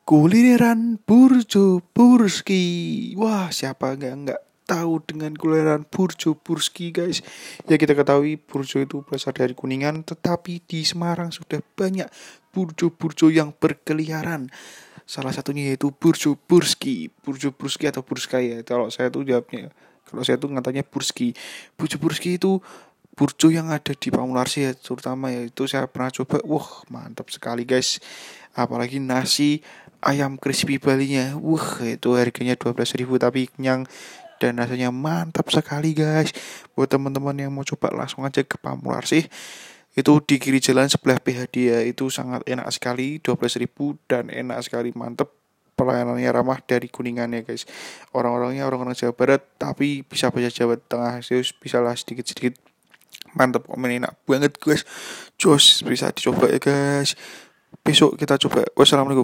Kulineran Burjo Burski. Wah, siapa nggak tahu dengan kulineran Burjo Burski, guys. Ya, kita ketahui Burjo itu berasal dari Kuningan, tetapi di Semarang sudah banyak burjo-burjo yang berkeliaran. Salah satunya yaitu Burjo Burski. Burjo Burski atau Burskaya. Kalau saya tuh jawabnya, kalau saya tuh ngatanya Burski. Burjo Burski itu burjo yang ada di Pamularsi ya, terutama ya, itu saya pernah coba. Wah, mantap sekali, guys. Apalagi nasi ayam crispy Balinya. Wah, itu harganya 12.000 tapi kenyang dan rasanya mantap sekali, guys. Buat teman-teman yang mau coba, langsung aja ke Pamularsi. Itu di kiri jalan sebelah PHD ya. Itu sangat enak sekali, 12.000 dan enak sekali, mantep. Pelayanannya ramah dari Kuningan ya, guys. Orang-orangnya orang-orang Jawa Barat tapi bisa bahasa Jawa Tengah. Bisa lah sedikit-sedikit. Mantap, komen enak banget, guys. Jos, bisa dicoba ya, guys. Besok kita coba. Wassalamualaikum.